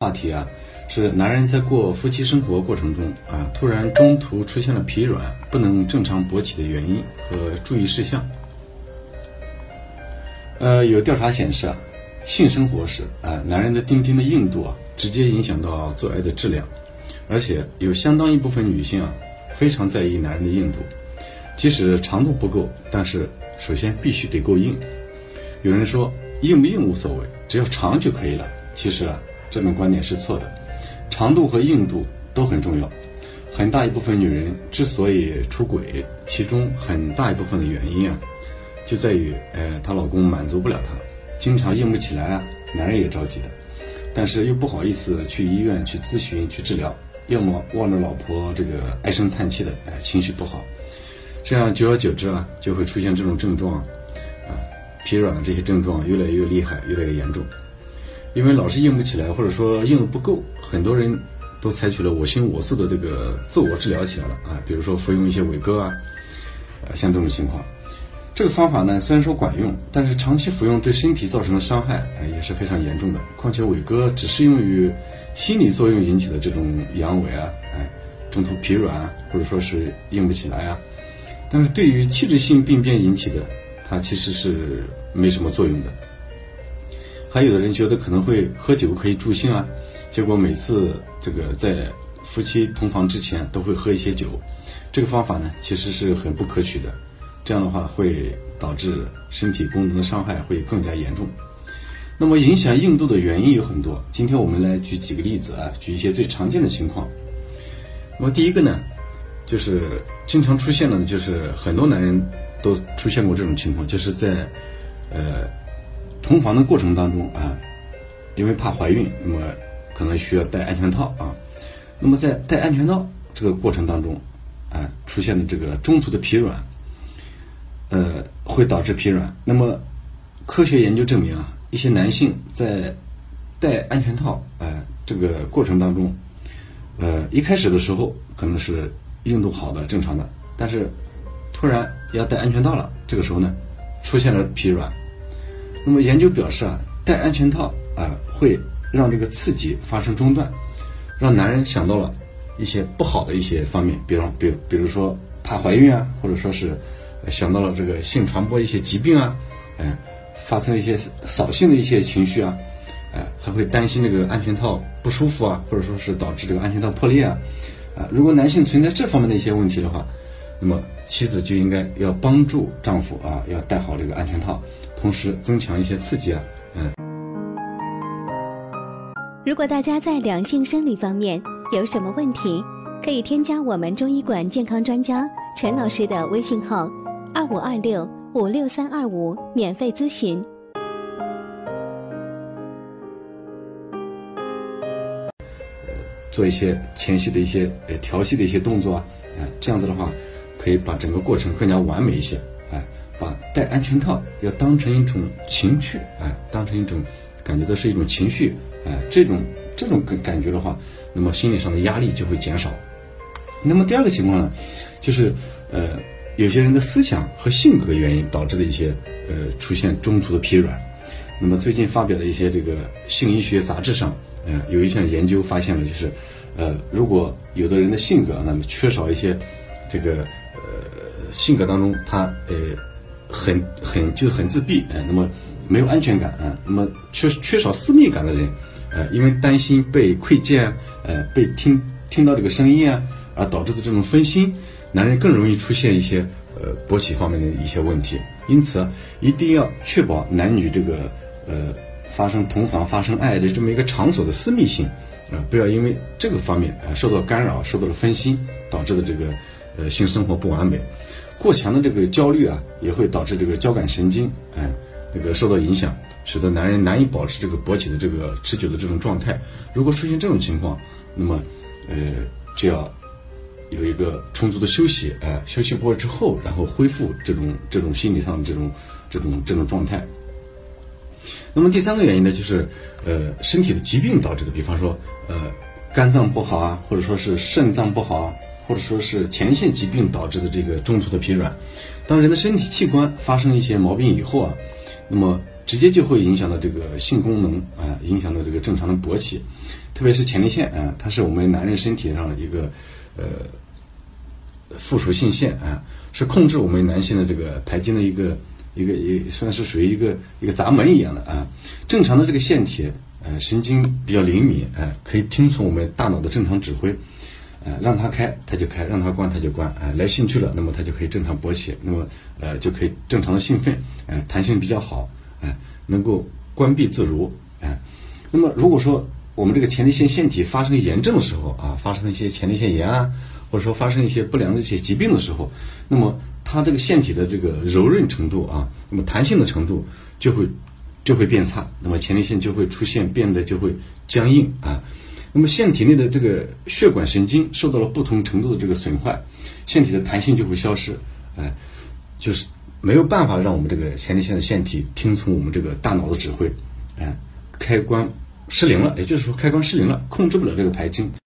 话题啊，是男人在过夫妻生活过程中啊，突然中途出现了疲软，不能正常勃起的原因和注意事项。有调查显示啊，性生活时啊，男人的丁丁的硬度啊，直接影响到做爱的质量，而且有相当一部分女性啊，非常在意男人的硬度，即使长度不够，但是首先必须得够硬。有人说硬不硬无所谓，只要长就可以了。其实啊，这种观点是错的，长度和硬度都很重要。很大一部分女人之所以出轨，其中很大一部分的原因啊，就在于她老公满足不了她，经常硬不起来啊，男人也着急的，但是又不好意思去医院去咨询去治疗，要么望着老婆这个唉声叹气的，情绪不好，这样久而久之啊，就会出现这种症状啊，疲软的这些症状越来越厉害，越来越严重。因为老是硬不起来，或者说硬的不够，很多人都采取了我行我素的这个自我治疗起来了啊，比如说服用一些伟哥啊，像这种情况。这个方法呢，虽然说管用，但是长期服用对身体造成的伤害也是非常严重的。况且伟哥只适用于心理作用引起的这种阳痿啊，中途疲软啊，或者说是硬不起来啊，但是对于器质性病变引起的，它其实是没什么作用的。还有的人觉得可能会喝酒可以助兴啊，结果每次这个在夫妻同房之前都会喝一些酒，这个方法呢其实是很不可取的，这样的话会导致身体功能的伤害会更加严重。那么影响硬度的原因有很多，今天我们来举几个例子啊，举一些最常见的情况。那么第一个呢，就是经常出现的呢，就是很多男人都出现过这种情况，就是在同房的过程当中啊，因为怕怀孕，那么可能需要戴安全套啊。那么在戴安全套这个过程当中啊，出现的这个中途的疲软，会导致疲软。那么科学研究证明啊，一些男性在戴安全套这个过程当中，一开始的时候可能是硬度好的正常的，但是突然要戴安全套了，这个时候呢出现了疲软。那么研究表示啊，戴安全套会让这个刺激发生中断，让男人想到了一些不好的一些方面，比如说怕怀孕啊，或者说是想到了这个性传播一些疾病啊，发生了一些扫兴的一些情绪啊，还会担心这个安全套不舒服啊，或者说是导致这个安全套破裂啊，如果男性存在这方面的一些问题的话，那么妻子就应该要帮助丈夫要戴好这个安全套，同时增强一些刺激啊。 如果大家在两性生理方面有什么问题，可以添加我们中医馆健康专家陈老师的微信号2526-56325免费咨询。 做一些前戏的一些调戏的一些动作啊，这样子的话可以把整个过程更加完美一些，把戴安全套要当成一种情趣，当成一种感觉到是一种情绪，这种感觉的话，那么心理上的压力就会减少。那么第二个情况呢，就是有些人的思想和性格原因导致的一些出现中途的疲软。那么最近发表的一些这个性医学杂志上，有一项研究发现了，就是如果有的人的性格那么缺少一些这个性格当中他很自闭，那么没有安全感那么缺少私密感的人，因为担心被窥见，被听到这个声音而导致的这种分心，男人更容易出现一些勃起方面的一些问题。因此一定要确保男女这个发生同房发生爱的这么一个场所的私密性，不要因为这个方面受到干扰，受到了分心，导致的这个性生活不完美。过强的这个焦虑也会导致这个交感神经这个受到影响，使得男人难以保持这个勃起的这个持久的这种状态。如果出现这种情况，那么就要有一个充足的休息，休息过之后，然后恢复这种心理上的这种状态。那么第三个原因呢，就是身体的疾病导致的，比方说肝脏不好啊，或者说是肾脏不好啊，或者说是前列腺疾病导致的这个中途的疲软。当人的身体器官发生一些毛病以后那么直接就会影响到这个性功能影响到这个正常的勃起，特别是前列腺它是我们男人身体上的一个附属性腺是控制我们男性的这个排精的一个算是属于一个闸门一样的正常的这个腺体神经比较灵敏可以听从我们大脑的正常指挥让它开它就开，让它关它就关来兴趣了，那么它就可以正常勃起，那么就可以正常的兴奋弹性比较好能够关闭自如那么如果说我们这个前列腺腺体发生炎症的时候发生一些前列腺炎或者说发生一些不良的一些疾病的时候，那么它这个腺体的这个柔韧程度那么弹性的程度就会变差，那么前列腺就会出现变得就会僵硬那么腺体内的这个血管神经受到了不同程度的这个损坏，腺体的弹性就会消失就是没有办法让我们这个前列腺的腺体听从我们这个大脑的指挥开关失灵了，也就是说开关失灵了，控制不了这个排精。